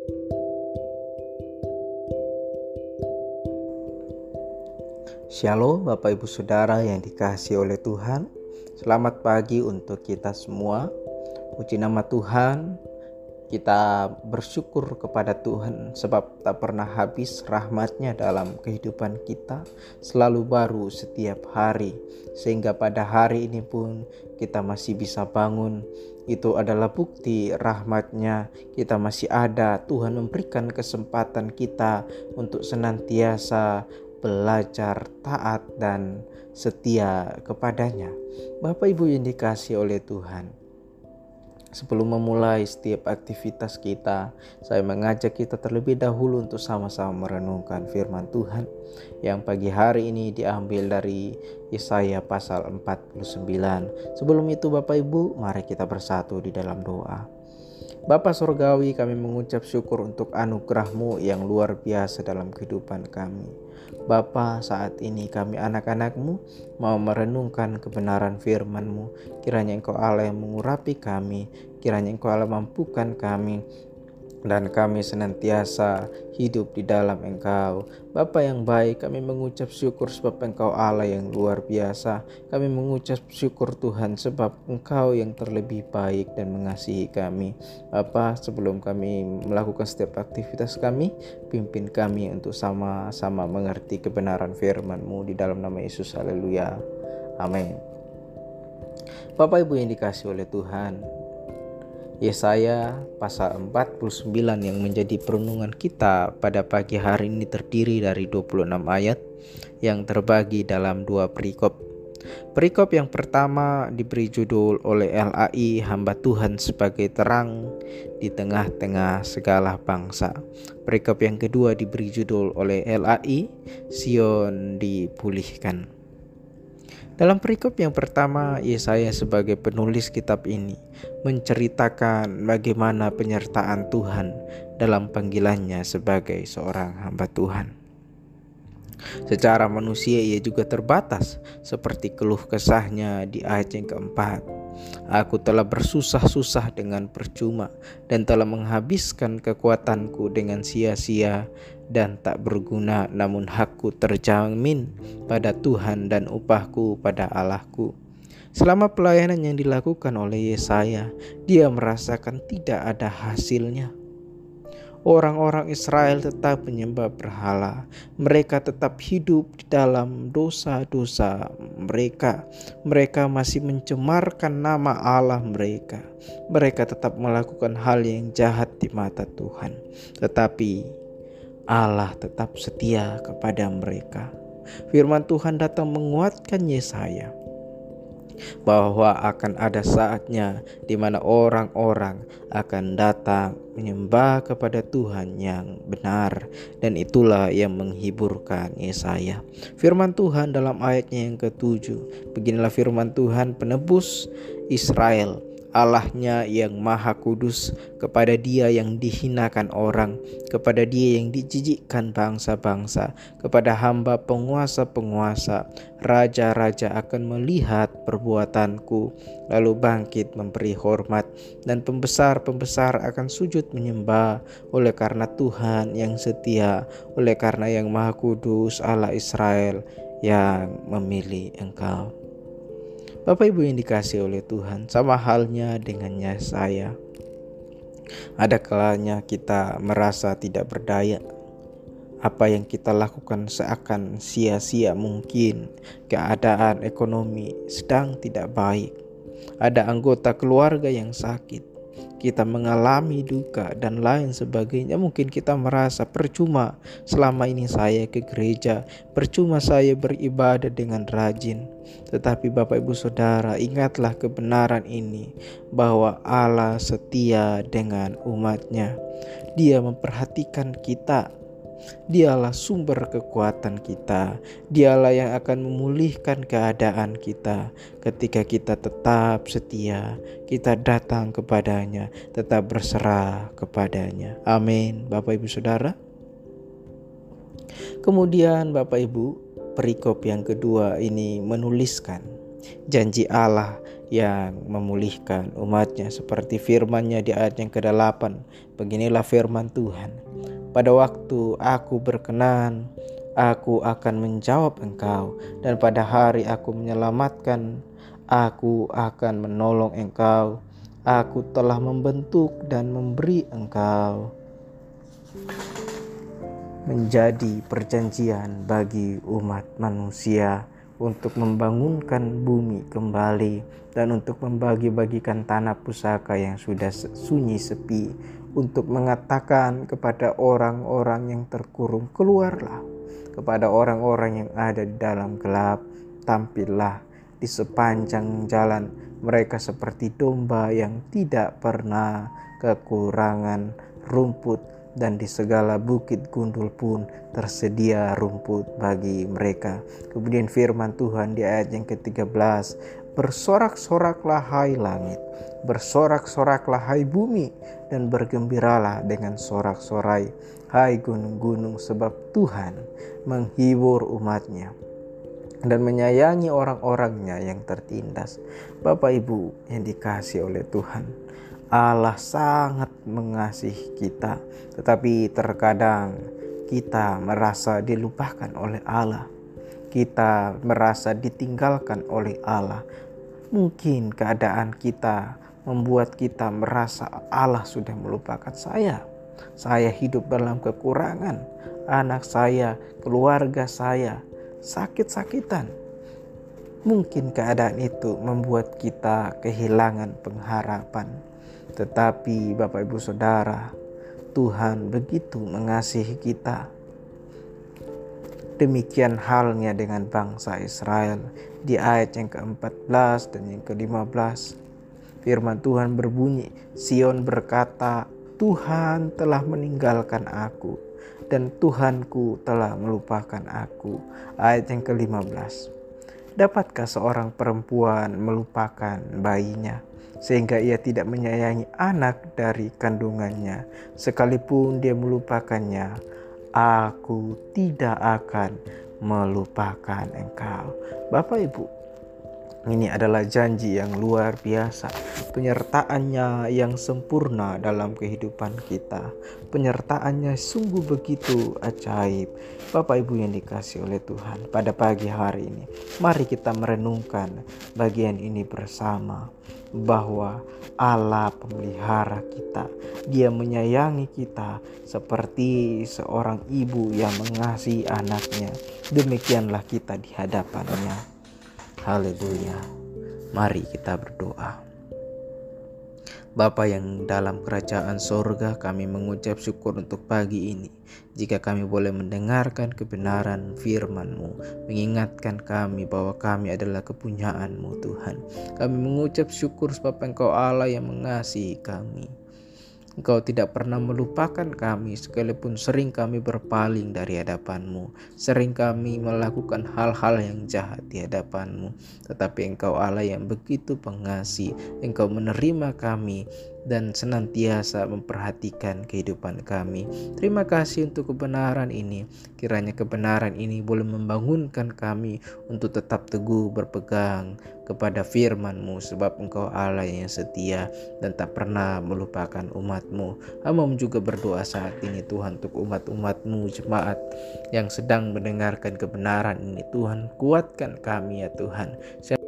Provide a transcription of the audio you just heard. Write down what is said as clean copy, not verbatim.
Shalom Bapak Ibu Saudara yang dikasihi oleh Tuhan. Selamat pagi untuk kita semua. Puji nama Tuhan. Kita bersyukur kepada Tuhan sebab tak pernah habis rahmat-Nya dalam kehidupan kita, selalu baru setiap hari. Sehingga pada hari ini pun kita masih bisa bangun. Itu adalah bukti rahmat-Nya. Kita masih ada. Tuhan memberikan kesempatan kita untuk senantiasa belajar taat dan setia kepadanya. Bapak Ibu yang dikasihi oleh Tuhan, sebelum memulai setiap aktivitas kita, saya mengajak kita terlebih dahulu untuk sama-sama merenungkan firman Tuhan yang pagi hari ini diambil dari Yesaya pasal 49. Sebelum itu Bapak Ibu, mari kita bersatu di dalam doa. Bapa Surgawi, kami mengucap syukur untuk anugerah-Mu yang luar biasa dalam kehidupan kami. Bapa, saat ini kami anak-anak-Mu mau merenungkan kebenaran firman-Mu. Kiranya Engkau Allah yang mengurapi kami, kiranya Engkau Allah mampukan kami, dan kami senantiasa hidup di dalam Engkau. Bapa yang baik, kami mengucap syukur sebab Engkau Allah yang luar biasa. Kami mengucap syukur Tuhan sebab Engkau yang terlebih baik dan mengasihi kami. Bapa, sebelum kami melakukan setiap aktivitas kami, pimpin kami untuk sama-sama mengerti kebenaran firman-Mu di dalam nama Yesus. Haleluya. Amin. Bapak Ibu yang dikasihi oleh Tuhan, Yesaya pasal 49 yang menjadi perenungan kita pada pagi hari ini terdiri dari 26 ayat yang terbagi dalam 2 perikop. Perikop yang pertama diberi judul oleh LAI, Hamba Tuhan sebagai terang di tengah-tengah segala bangsa. Perikop yang kedua diberi judul oleh LAI, Sion dipulihkan. Dalam perikop yang pertama, Yesaya sebagai penulis kitab ini menceritakan bagaimana penyertaan Tuhan dalam panggilannya sebagai seorang hamba Tuhan. Secara manusia ia juga terbatas, seperti keluh kesahnya di ayat yang keempat. Aku telah bersusah-susah dengan percuma dan telah menghabiskan kekuatanku dengan sia-sia dan tak berguna, namun hakku terjamin pada Tuhan dan upahku pada Allahku. Selama pelayanan yang dilakukan oleh Yesaya, dia merasakan tidak ada hasilnya. Orang-orang Israel tetap menyembah berhala. Mereka tetap hidup di dalam dosa-dosa mereka. Mereka masih mencemarkan nama Allah mereka. Mereka tetap melakukan hal yang jahat di mata Tuhan. Tetapi Allah tetap setia kepada mereka. Firman Tuhan datang menguatkan Yesaya bahwa akan ada saatnya di mana orang-orang akan datang menyembah kepada Tuhan yang benar, dan itulah yang menghiburkan Yesaya. Firman Tuhan dalam ayatnya yang ke-7, beginilah firman Tuhan penebus Israel, Allahnya yang maha kudus, kepada Dia yang dihinakan orang, kepada Dia yang dijijikkan bangsa-bangsa, kepada hamba penguasa-penguasa, raja-raja akan melihat perbuatanku, lalu bangkit memberi hormat, dan pembesar-pembesar akan sujud menyembah, oleh karena Tuhan yang setia, oleh karena yang maha kudus Allah Israel yang memilih engkau. Bapak Ibu yang dikasihi oleh Tuhan, sama halnya dengan Yesaya. Ada kalanya kita merasa tidak berdaya. Apa yang kita lakukan seakan sia-sia, mungkin keadaan ekonomi sedang tidak baik. Ada anggota keluarga yang sakit. Kita mengalami duka dan lain sebagainya. Mungkin kita merasa percuma selama ini saya ke gereja, percuma saya beribadah dengan rajin. Tetapi Bapak Ibu Saudara, ingatlah kebenaran ini, bahwa Allah setia dengan umat-Nya. Dia memperhatikan kita. Dialah sumber kekuatan kita. Dialah yang akan memulihkan keadaan kita ketika kita tetap setia, kita datang kepadanya, tetap berserah kepadanya. Amin. Bapak Ibu Saudara. Kemudian Bapak Ibu, perikop yang kedua ini menuliskan Janji Allah yang memulihkan umatnya seperti firman-Nya di ayat yang ke-8. Beginilah firman Tuhan. Pada waktu aku berkenan, aku akan menjawab engkau, dan pada hari aku menyelamatkan, aku akan menolong engkau. Aku telah membentuk dan memberi engkau. Menjadi perjanjian bagi umat manusia untuk membangunkan bumi kembali dan untuk membagi-bagikan tanah pusaka yang sudah sunyi sepi, untuk mengatakan kepada orang-orang yang terkurung, keluarlah, kepada orang-orang yang ada di dalam gelap, tampillah di sepanjang jalan. Mereka seperti domba yang tidak pernah kekurangan rumput, dan di segala bukit gundul pun tersedia rumput bagi mereka. Kemudian firman Tuhan di ayat yang ke-13, bersorak-soraklah hai langit, bersorak-soraklah hai bumi, dan bergembiralah dengan sorak-sorai hai gunung-gunung, sebab Tuhan menghibur umatnya dan menyayangi orang-orangnya yang tertindas. Bapak Ibu yang dikasihi oleh Tuhan, Allah sangat mengasihi kita, tetapi terkadang kita merasa dilupakan oleh Allah. Kita merasa ditinggalkan oleh Allah. Mungkin keadaan kita membuat kita merasa Allah sudah melupakan saya. Saya hidup dalam kekurangan. Anak saya, keluarga saya sakit-sakitan. Mungkin keadaan itu membuat kita kehilangan pengharapan. Tetapi Bapak Ibu Saudara, Tuhan begitu mengasihi kita. Demikian halnya dengan bangsa Israel. Di ayat yang ke-14 dan yang ke-15, firman Tuhan berbunyi, Sion berkata, Tuhan telah meninggalkan aku, dan Tuhanku telah melupakan aku. Ayat yang ke-15, dapatkah seorang perempuan melupakan bayinya, sehingga ia tidak menyayangi anak dari kandungannya? Sekalipun dia melupakannya, aku tidak akan melupakan engkau. Bapak Ibu, ini adalah janji yang luar biasa, penyertaannya yang sempurna dalam kehidupan kita. Penyertaannya sungguh begitu ajaib. Bapak Ibu yang dikasihi oleh Tuhan, pada pagi hari ini mari kita merenungkan bagian ini bersama, bahwa Allah pemelihara kita. Dia menyayangi kita seperti seorang ibu yang mengasihi anaknya. Demikianlah kita di hadapannya. Haleluya. Mari kita berdoa. Bapa yang dalam kerajaan sorga, kami mengucap syukur untuk pagi ini. Jika kami boleh mendengarkan kebenaran firman-Mu, mengingatkan kami bahwa kami adalah kepunyaan-Mu Tuhan. Kami mengucap syukur sebab Engkau Allah yang mengasihi kami. Engkau tidak pernah melupakan kami, sekalipun sering kami berpaling dari hadapan-Mu. Sering kami melakukan hal-hal yang jahat di hadapan-Mu. Tetapi Engkau Allah yang begitu pengasih. Engkau menerima kami dan senantiasa memperhatikan kehidupan kami. Terima kasih untuk kebenaran ini. Kiranya kebenaran ini boleh membangunkan kami untuk tetap teguh berpegang kepada firman-Mu, sebab Engkau Allah yang setia dan tak pernah melupakan umat-Mu. Hamba juga berdoa saat ini Tuhan untuk umat-umat-Mu, jemaat yang sedang mendengarkan kebenaran ini. Tuhan, kuatkan kami ya Tuhan.